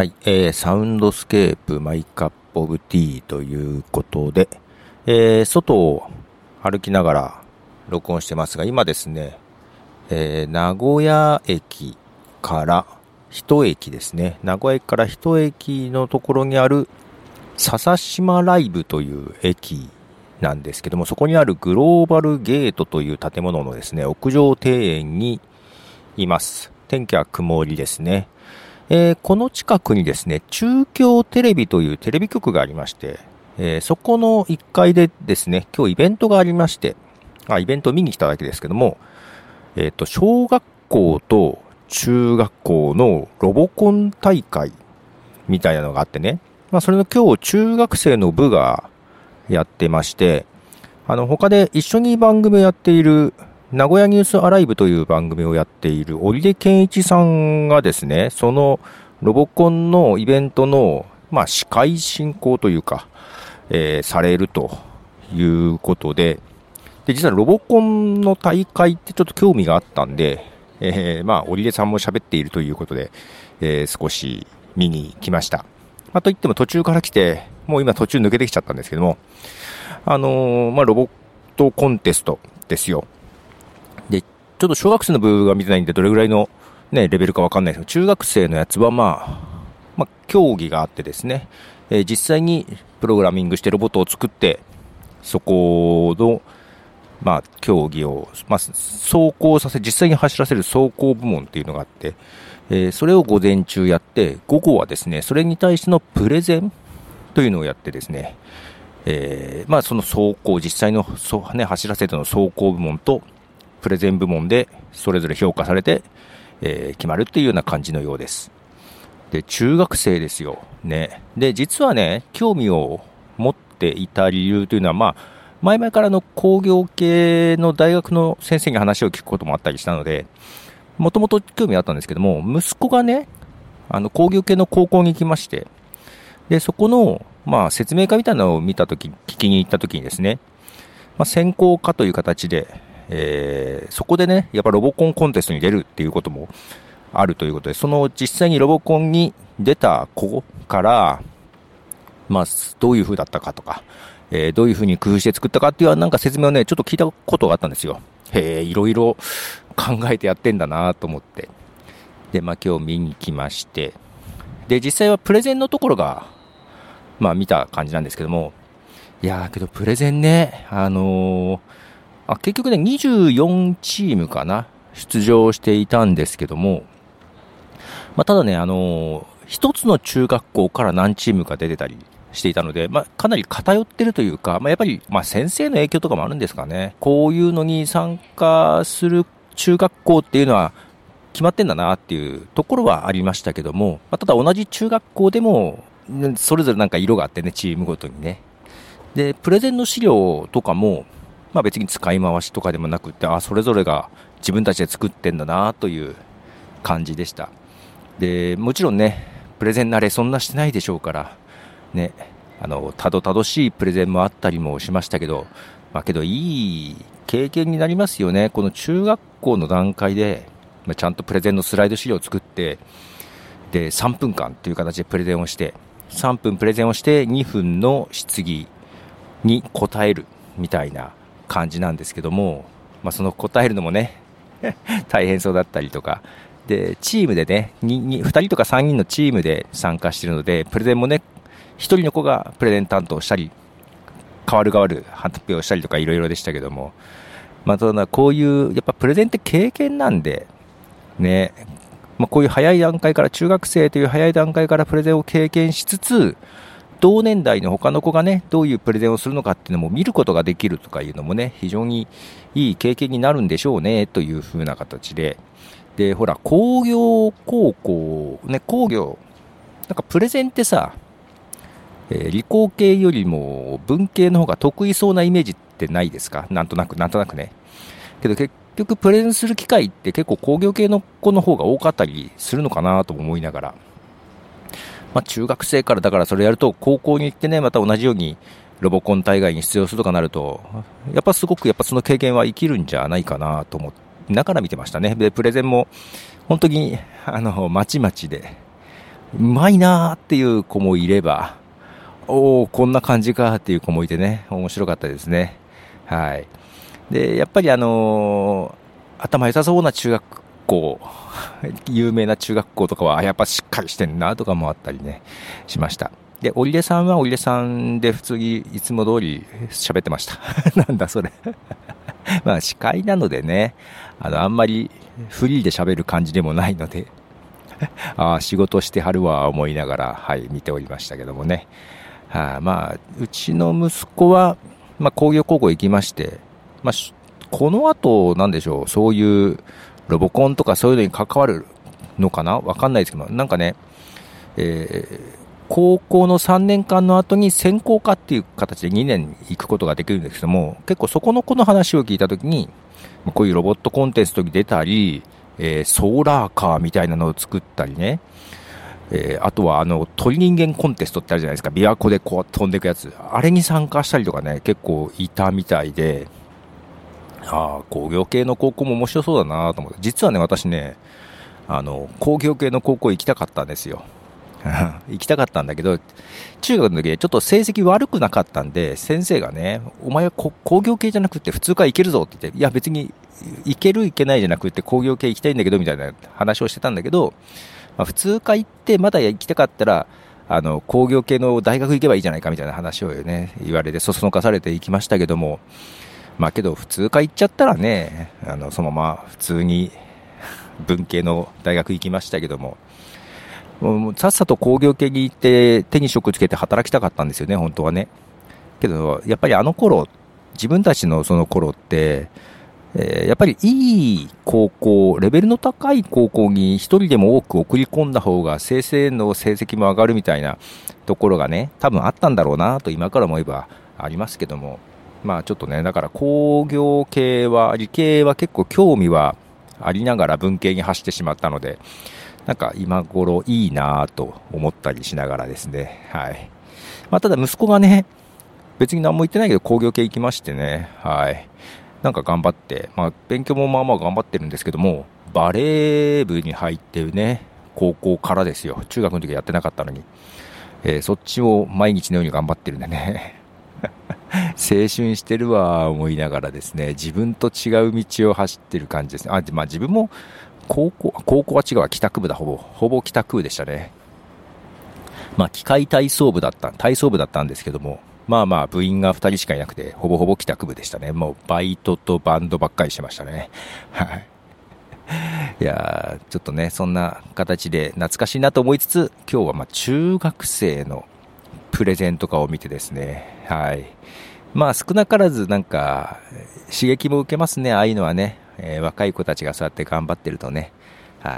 はい、サウンドスケープマイカップオブティーということで、外を歩きながら録音してますが、今ですね、名古屋駅から一駅ですね、名古屋駅から一駅のところにある笹島ライブという駅なんですけども、そこにあるグローバルゲートという建物のですね、屋上庭園にいます。天気は曇りですね。この近くにですね、中京テレビというテレビ局がありまして、そこの1階でですね、今日イベントがありまして、イベントを見に来ただけですけども、小学校と中学校のロボコン大会みたいなのがあってね、それの今日中学生の部がやってまして、他で一緒に番組をやっている名古屋ニュースアライブという番組をやっている織出健一さんがですね、そのロボコンのイベントの、司会進行というか、されるということで、実はロボコンの大会ってちょっと興味があったんで、織出さんも喋っているということで、少し見に来ました。といっても途中から来て、もう今途中抜けてきちゃったんですけども、ロボットコンテストですよ。で、ちょっと小学生の部が見てないんでどれぐらいのね、レベルかわかんないですけど、中学生のやつは競技があってですね、実際にプログラミングしてロボットを作って、そこの、競技を、走行させ、実際に走らせる走行部門っていうのがあって、それを午前中やって、午後はですね、それに対してのプレゼンというのをやってですね、その走行、実際の、走らせての走行部門と、プレゼン部門でそれぞれ評価されて、決まるっていうような感じのようです。で、中学生ですよ。ね。で、実はね、興味を持っていた理由というのは、前々からの工業系の大学の先生に話を聞くこともあったりしたので、もともと興味あったんですけども、息子がね、工業系の高校に行きまして、で、そこの、説明会みたいなのを聞きに行った時にですね、専攻科という形で、そこでね、やっぱロボコンコンテストに出るっていうこともあるということで、その実際にロボコンに出た子から、どういう風だったかとか、どういう風に工夫して作ったかっていうなんか説明をね、ちょっと聞いたことがあったんですよ。いろいろ考えてやってんだなと思って。で、今日見に来まして、で、実際はプレゼンのところが、見た感じなんですけども、いやーけどプレゼンね、結局ね、24チームかな、出場していたんですけども、ただね、一つの中学校から何チームか出てたりしていたので、かなり偏ってるというか、やっぱり、先生の影響とかもあるんですかね。こういうのに参加する中学校っていうのは決まってんだなっていうところはありましたけども、ただ同じ中学校でも、それぞれなんか色があってね、チームごとにね。で、プレゼンの資料とかも、別に使い回しとかでもなくって、それぞれが自分たちで作ってんだなという感じでした。で、もちろんね、プレゼン慣れそんなしてないでしょうから、ね、たどたどしいプレゼンもあったりもしましたけど、けどいい経験になりますよね。この中学校の段階で、ちゃんとプレゼンのスライド資料を作って、で、3分間という形でプレゼンをして、3分プレゼンをして2分の質疑に答えるみたいな感じなんですけども、その答えるのもね大変そうだったりとかで、チームでね2人とか3人のチームで参加しているので、プレゼンもね1人の子がプレゼン担当したり、代わる発表したりとかいろいろでしたけども、ただこういうやっぱプレゼンって経験なんでね、こういう早い段階から、中学生という早い段階からプレゼンを経験しつつ、同年代の他の子がね、どういうプレゼンをするのかっていうのも見ることができるとかいうのもね、非常にいい経験になるんでしょうね、という風な形で。で、ほら、工業高校、ね、工業、なんかプレゼンってさ、理工系よりも文系の方が得意そうなイメージってないですか？なんとなくね。けど結局プレゼンする機会って結構工業系の子の方が多かったりするのかなと思いながら、中学生からだからそれやると高校に行ってね、また同じようにロボコン大会に出場するとかなると、やっぱすごくその経験は生きるんじゃないかなと思いながら見てましたね。で、プレゼンも本当にまちまちで、 うまいなーっていう子もいれば、おー、こんな感じかっていう子もいてね、面白かったですね。はい。で、やっぱり頭良さそうな中学校、有名な中学校とかは、やっぱしっかりしてんなとかもあったりね、しました。で、織出さんは織出さんで普通にいつも通り喋ってました。なんだそれ。まあ司会なのでね、あんまりフリーで喋る感じでもないので、ああ、仕事してはるわ、思いながら、はい、見ておりましたけどもね。はあ、まあ、うちの息子は、まあ、工業高校行きまして、まあ、この後、なんでしょう、そういうロボコンとかそういうのに関わるのかなわかんないですけど、なんかね、高校の3年間の後に専攻科っていう形で2年行くことができるんですけども、結構そこの子の話を聞いたときに、こういうロボットコンテストに出たり、ソーラーカーみたいなのを作ったりね、あとは鳥人間コンテストってあるじゃないですか。琵琶湖でこう飛んでいくやつ。あれに参加したりとかね、結構いたみたいで、ああ、工業系の高校も面白そうだなと思って。実はね、私ね、工業系の高校行きたかったんですよ。行きたかったんだけど、中学の時ちょっと成績悪くなかったんで、先生がね、お前は工業系じゃなくて普通科行けるぞって言って、いや別に行ける行けないじゃなくて工業系行きたいんだけどみたいな話をしてたんだけど、まあ、普通科行ってまだ行きたかったら、工業系の大学行けばいいじゃないかみたいな話をね、言われてそそのかされていきましたけども、まあけど普通科行っちゃったらね、そのまま普通に文系の大学行きましたけども、もうさっさと工業系に行って手に職つけて働きたかったんですよね、本当はね。けど、やっぱりあの頃、自分たちのその頃って、やっぱりいい高校、レベルの高い高校に一人でも多く送り込んだ方が生成の成績も上がるみたいなところがね、多分あったんだろうなと今から思えばありますけども、まあちょっとね、だから工業系は、理系は結構興味はありながら文系に走ってしまったので、なんか今頃いいなと思ったりしながらですね、はい。まあただ息子がね、別に何も言ってないけど工業系行きましてね、はい。なんか頑張って、まあ勉強もまあまあ頑張ってるんですけども、バレー部に入ってるね、高校からですよ。中学の時やってなかったのに。そっちを毎日のように頑張ってるんでね。青春してるわ思いながらですね、自分と違う道を走ってる感じですね。まあ自分も高校は違うわ、帰宅部だ、ほぼ帰宅部でしたね。まあ機械体操部だったんですけども、まあまあ部員が2人しかいなくて、ほぼほぼ帰宅部でしたね。もうバイトとバンドばっかりしてましたね。はい。いやー、ちょっとね、そんな形で懐かしいなと思いつつ、今日はまあ中学生のプレゼンとかを見てですね、はい。まあ少なからずなんか刺激も受けますね、ああいうのはね。若い子たちがそうやって頑張ってるとね。はい。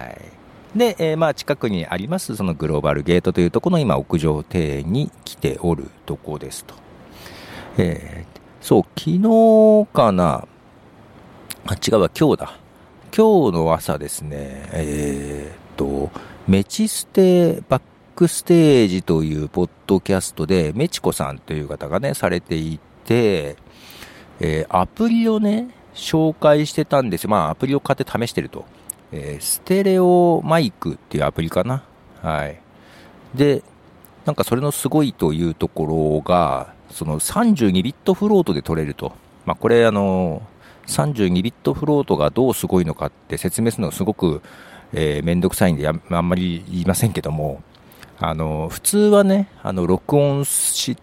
で、まあ近くにありますそのグローバルゲートというところの今屋上庭園に来ておるとこですと。そう、昨日かな。違うわ、今日だ。今日の朝ですね、メチステバックステージというポッドキャストで、メチコさんという方がね、されていて、アプリをね、紹介してたんですよ。まあ、アプリを買って試してると。ステレオマイクっていうアプリかな。はい。で、なんかそれのすごいというところが、その32ビットフロートで撮れると。まあ、これ32ビットフロートがどうすごいのかって説明するのがすごく、めんどくさいんであんまり言いませんけども、普通はね、録音して、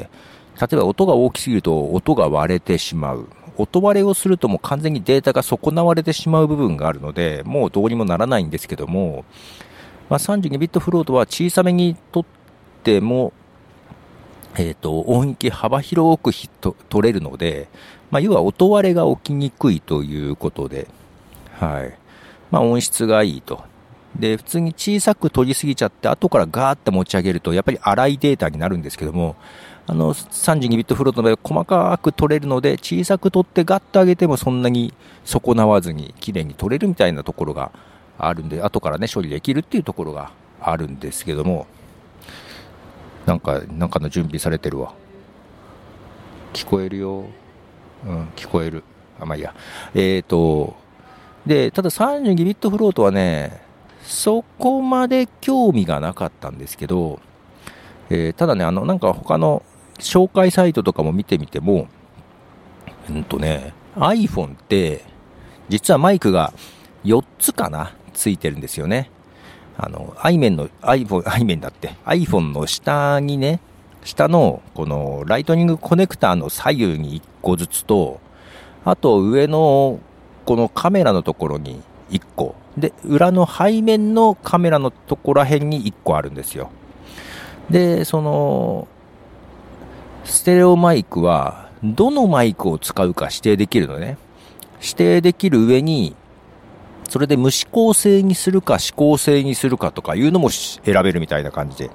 例えば音が大きすぎると音が割れてしまう。音割れをするともう完全にデータが損なわれてしまう部分があるので、もうどうにもならないんですけども、まあ、32ビットフロートは小さめに撮っても、音域幅広く取れるので、まあ、要は音割れが起きにくいということで、はい。まあ、音質がいいと。で、普通に小さく取りすぎちゃって、後からガーッと持ち上げると、やっぱり粗いデータになるんですけども、32ビットフロートの場合は細かく取れるので、小さく取ってガッと上げてもそんなに損なわずに綺麗に取れるみたいなところがあるんで、後からね、処理できるっていうところがあるんですけども、なんかの準備されてるわ。聞こえるよ。うん、聞こえる。まあいいや。で、ただ32ビットフロートはね、 そこまで興味がなかったんですけど、ただね、なんか他の紹介サイトとかも見てみても、iPhone って、実はマイクが4つかなついてるんですよね。iPhone だって、iPhone の下にね、下のこのライトニングコネクターの左右に1個ずつと、あと上のこのカメラのところに1個。で、裏の背面のカメラのところら辺に1個あるんですよ。で、その、ステレオマイクは、どのマイクを使うか指定できるのね。指定できる上に、それで無指向性にするか指向性にするかとかいうのも選べるみたいな感じで。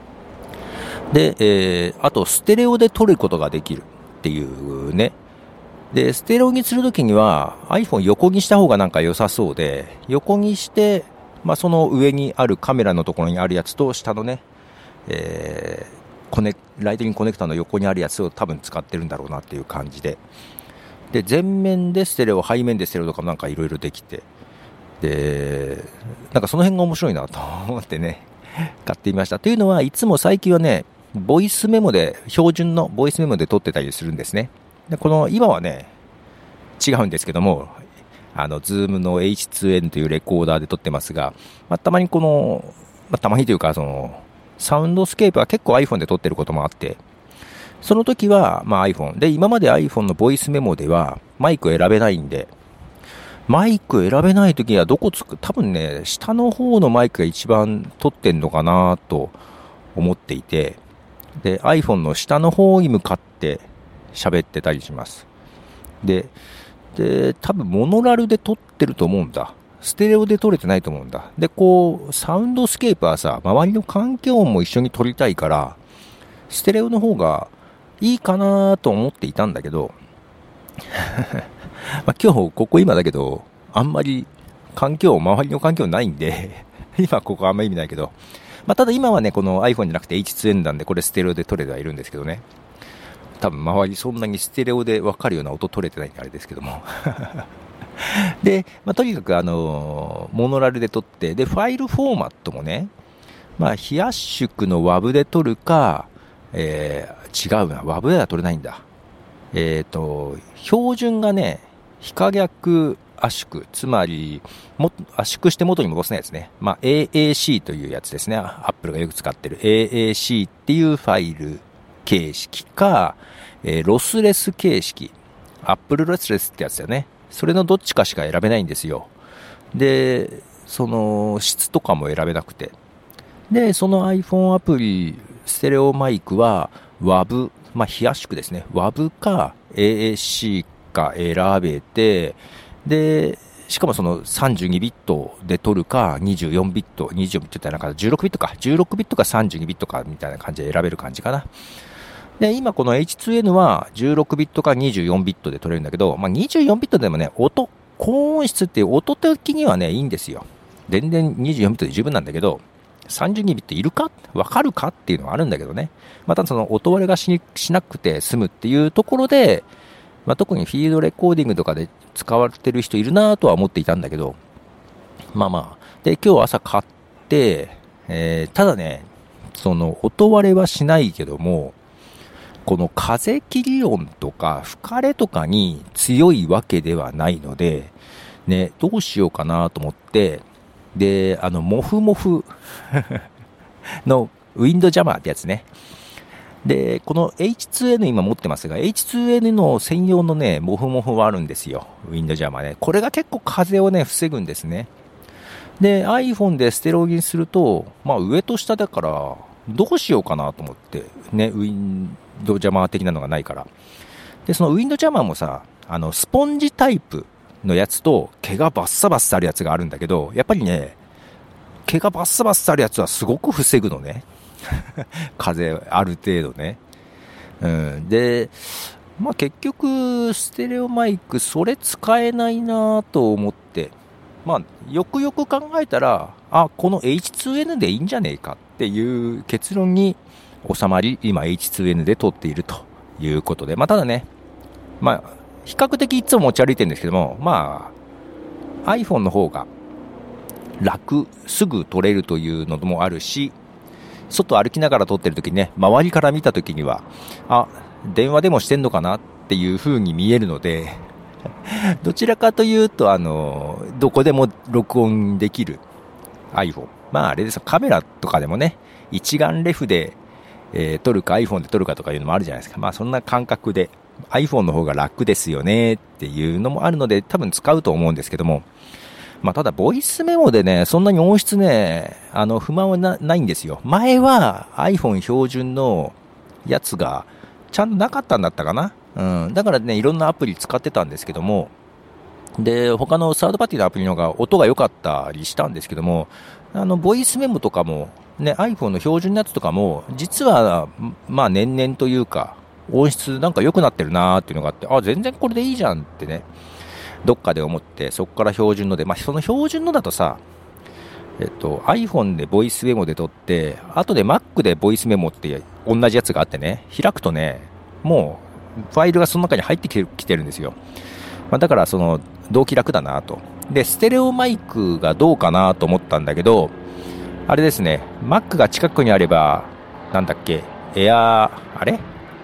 で、あとステレオで撮ることができるっていうね。で、ステレオにするときには iPhone 横にした方がなんか良さそうで、横にして、その上にあるカメラのところにあるやつと下のね、ライトニングコネクタの横にあるやつを多分使ってるんだろうなっていう感じで。で、前面でステレオ、背面でステレオとかなんかいろいろできて、で、なんかその辺が面白いなと思ってね、買ってみました。というのは、いつも最近はね、ボイスメモで、標準のボイスメモで撮ってたりするんですね。で、今はね、違うんですけども、Zoom の H2N というレコーダーで撮ってますが、たまにたまにというか、サウンドスケープは結構 iPhone で撮ってることもあって、その時は、iPhone。で、今まで iPhone のボイスメモでは、マイク選べないんで、マイク選べない時には多分ね、下の方のマイクが一番撮ってんのかなと思っていて、で、iPhone の下の方に向かって喋ってたりします。で、多分モノラルで撮ってると思うんだ。ステレオで撮れてないと思うんだ。で、サウンドスケープはさ、周りの環境音も一緒に撮りたいから、ステレオの方がいいかなと思っていたんだけど、今日だけど、あんまり周りの環境ないんで、今ここあんま意味ないけど、ただ今はね、この iPhone じゃなくて H2N なんで、これステレオで撮れてはいるんですけどね。多分周りそんなにステレオで分かるような音撮れてないんであれですけども。で、とにかくモノラルで撮って、で、ファイルフォーマットもね、非圧縮の WAV で撮るか、違うな、WAV では撮れないんだ。標準がね、非可逆圧縮、つまり、圧縮して元に戻すやつね。AAC というやつですね。Apple がよく使ってる AAC っていうファイル形式か、ロスレス形式。Apple ロスレスってやつだよね。それのどっちかしか選べないんですよ。で、その質とかも選べなくて。で、その iPhone アプリ、ステレオマイクは WAV、非圧縮ですね。WAV か AAC か選べて、で、しかもその32ビットで撮るか、24ビットってなんか16ビットか、16ビットか32ビットかみたいな感じで選べる感じかな。で、今この H2N は16ビットか24ビットで撮れるんだけど、24ビットでもね、高音質っていう音的にはね、いいんですよ。全然24ビットで十分なんだけど、32ビットいるかわかるかっていうのはあるんだけどね。ただその音割れがしなくて済むっていうところで、特にフィールドレコーディングとかで使われてる人いるなとは思っていたんだけど、で、今日朝買って、ただね、その音割れはしないけども、この風切り音とか吹かれとかに強いわけではないので、ね、どうしようかなと思って、で、モフモフのウィンドジャマーってやつね。で、この H2N 今持ってますが、H2N の専用のね、モフモフはあるんですよ。ウィンドジャマーね。これが結構風をね、防ぐんですね。で、iPhone でステレオにすると、上と下だから、どうしようかなと思って、ね、ウィンドジャマー的なのがないから。で、そのウィンドジャマーもさ、スポンジタイプのやつと毛がバッサバッサあるやつがあるんだけど、やっぱりね、毛がバッサバッサあるやつはすごく防ぐのね。風ある程度ね。で、結局ステレオマイクそれ使えないなと思って、よくよく考えたら、この H2N でいいんじゃねえかっていう結論に収まり、今 H2N で撮っているということで、ただね、比較的いつも持ち歩いてるんですけども、iPhone の方がすぐ撮れるというのもあるし、外歩きながら撮ってる時にね、周りから見た時には、電話でもしてんのかなっていう風に見えるので、どちらかというと、どこでも録音できる iPhone。あれですよ、カメラとかでもね、一眼レフで、撮るか iPhone で撮るかとかいうのもあるじゃないですか。そんな感覚で iPhone の方が楽ですよねっていうのもあるので、多分使うと思うんですけども、ただボイスメモでね、そんなに音質ね、不満はないんですよ。前は iPhone 標準のやつがちゃんとなかったんだったかな。だからね、いろんなアプリ使ってたんですけども、で、他のサードパーティーのアプリの方が音が良かったりしたんですけども、ボイスメモとかも、ね、iPhone の標準のやつとかも、実は、年々というか、音質なんか良くなってるなーっていうのがあって、全然これでいいじゃんってね、どっかで思って、そこから標準ので、その標準のだとさ、iPhone でボイスメモで撮って、後で Mac でボイスメモって同じやつがあってね、開くとね、もう、ファイルがその中に入ってきてるんですよ。だから同期楽だなと。で、ステレオマイクがどうかなと思ったんだけど、あれですね、Mac が近くにあれば、なんだっけ、あれ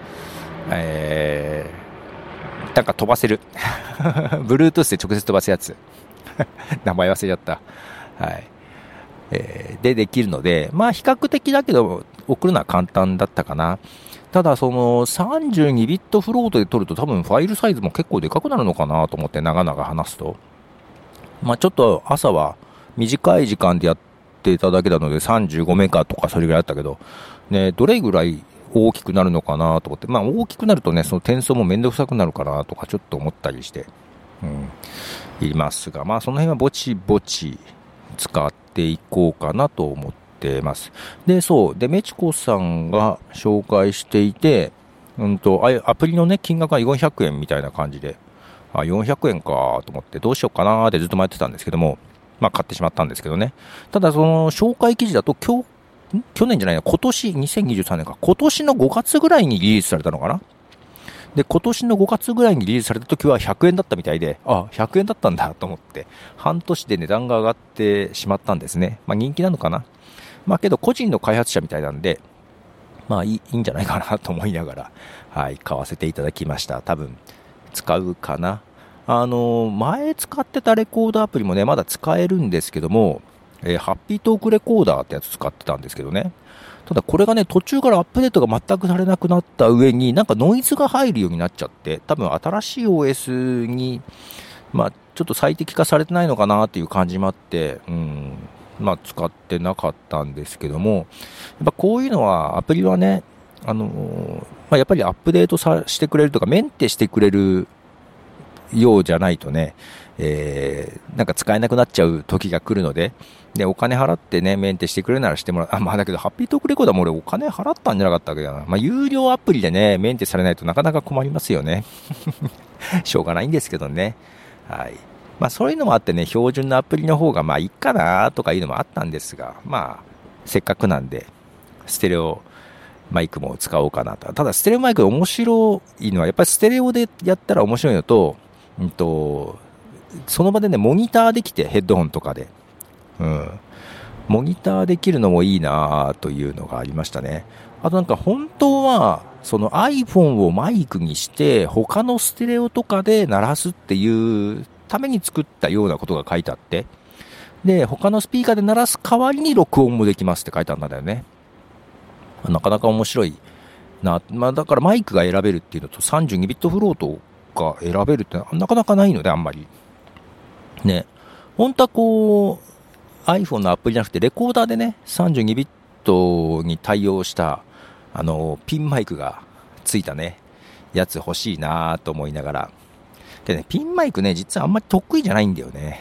なんか飛ばせる。Bluetooth で直接飛ばすやつ。名前忘れちゃった。はい。でできるので、比較的だけど、送るのは簡単だったかな。ただ、32ビットフロートで撮ると多分ファイルサイズも結構でかくなるのかなと思って長々話すと。ちょっと朝は短い時間でやっていただけなので35メガとかそれぐらいだったけど、ね、どれぐらい大きくなるのかなと思って、大きくなるとね、その転送もめんどくさくなるかなとかちょっと思ったりして、いますが、その辺はぼちぼち使っていこうかなと思ってます。で、で、メチコさんが紹介していて、アプリのね、金額が400円みたいな感じで、400円かと思ってどうしようかなってずっと迷ってたんですけども、買ってしまったんですけどね。ただ紹介記事だと去年じゃないな、今年、2023年か、今年の5月ぐらいにリリースされたのかな。で、今年の5月ぐらいにリリースされた時は100円だったみたいで、100円だったんだと思って、半年で値段が上がってしまったんですね。人気なのかな。けど個人の開発者みたいなんで、いいんじゃないかなと思いながら、はい、買わせていただきました。多分、使うかな。前使ってたレコードアプリもね、まだ使えるんですけども、ハッピートークレコーダーってやつ使ってたんですけどね。ただこれがね、途中からアップデートが全くされなくなった上に、なんかノイズが入るようになっちゃって、多分新しい OS に、ちょっと最適化されてないのかなっていう感じもあって、使ってなかったんですけども、やっぱこういうのは、アプリはね、やっぱりアップデートしてくれるとか、メンテしてくれるようじゃないとね、なんか使えなくなっちゃう時が来るので、で、お金払ってね、メンテしてくれるならしてもらう。だけど、ハッピートークレコーダーも俺お金払ったんじゃなかったわけだな。有料アプリでね、メンテされないとなかなか困りますよね。しょうがないんですけどね。はい。そういうのもあってね、標準のアプリの方がいいかなとかいうのもあったんですが、せっかくなんで、ステレオマイクも使おうかなと。ただ、ステレオマイク面白いのは、やっぱりステレオでやったら面白いのと、その場でね、モニターできて、ヘッドホンとかで。モニターできるのもいいなというのがありましたね。あとなんか本当は、その iPhone をマイクにして、他のステレオとかで鳴らすっていうために作ったようなことが書いてあって、で、他のスピーカーで鳴らす代わりに録音もできますって書いてあるんだよね。なかなか面白いな。だからマイクが選べるっていうのと32ビットフロートが選べるってなかなかないので、あんまり。ね。本当はiPhone のアプリじゃなくてレコーダーでね、32ビットに対応した、ピンマイクがついたね、やつ欲しいなと思いながら。でね、ピンマイクね、実はあんまり得意じゃないんだよね。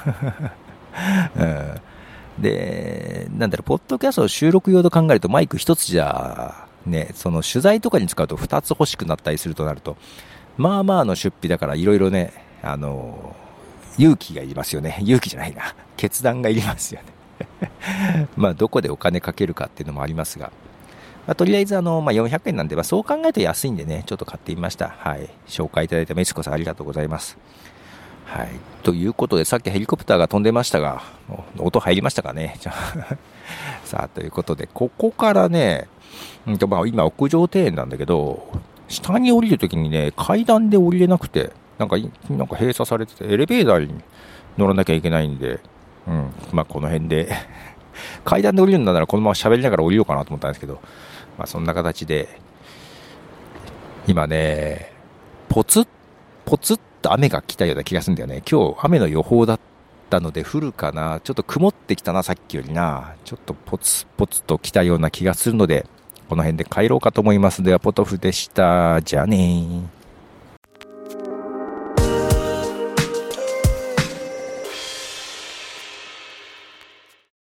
で、ポッドキャストの収録用と考えるとマイク一つじゃ、ね、その取材とかに使うと二つ欲しくなったりするとなると、の出費だからいろいろね、勇気がいりますよね。勇気じゃないな。決断がいりますよね。どこでお金かけるかっていうのもありますが。とりあえず400円なんで、そう考えると安いんでね、ちょっと買ってみました。はい。紹介いただいたメチコさんありがとうございます。 はい。ということで、さっきヘリコプターが飛んでましたが、音入りましたかね。さあ、ということで、ここからね、まあ、今屋上庭園なんだけど、下に降りるときにね、階段で降りれなくて、なんか閉鎖されてて、エレベーターに乗らなきゃいけないんで、まあこの辺で階段で降りるんだならこのまま喋りながら降りようかなと思ったんですけど、まあそんな形で、今ね、ポツッと雨が来たような気がするんだよね。今日雨の予報だったので降るかな。ちょっと曇ってきたな、さっきよりな。ちょっとポツと来たような気がするので、この辺で帰ろうかと思います。では、ポトフでした。じゃあねー。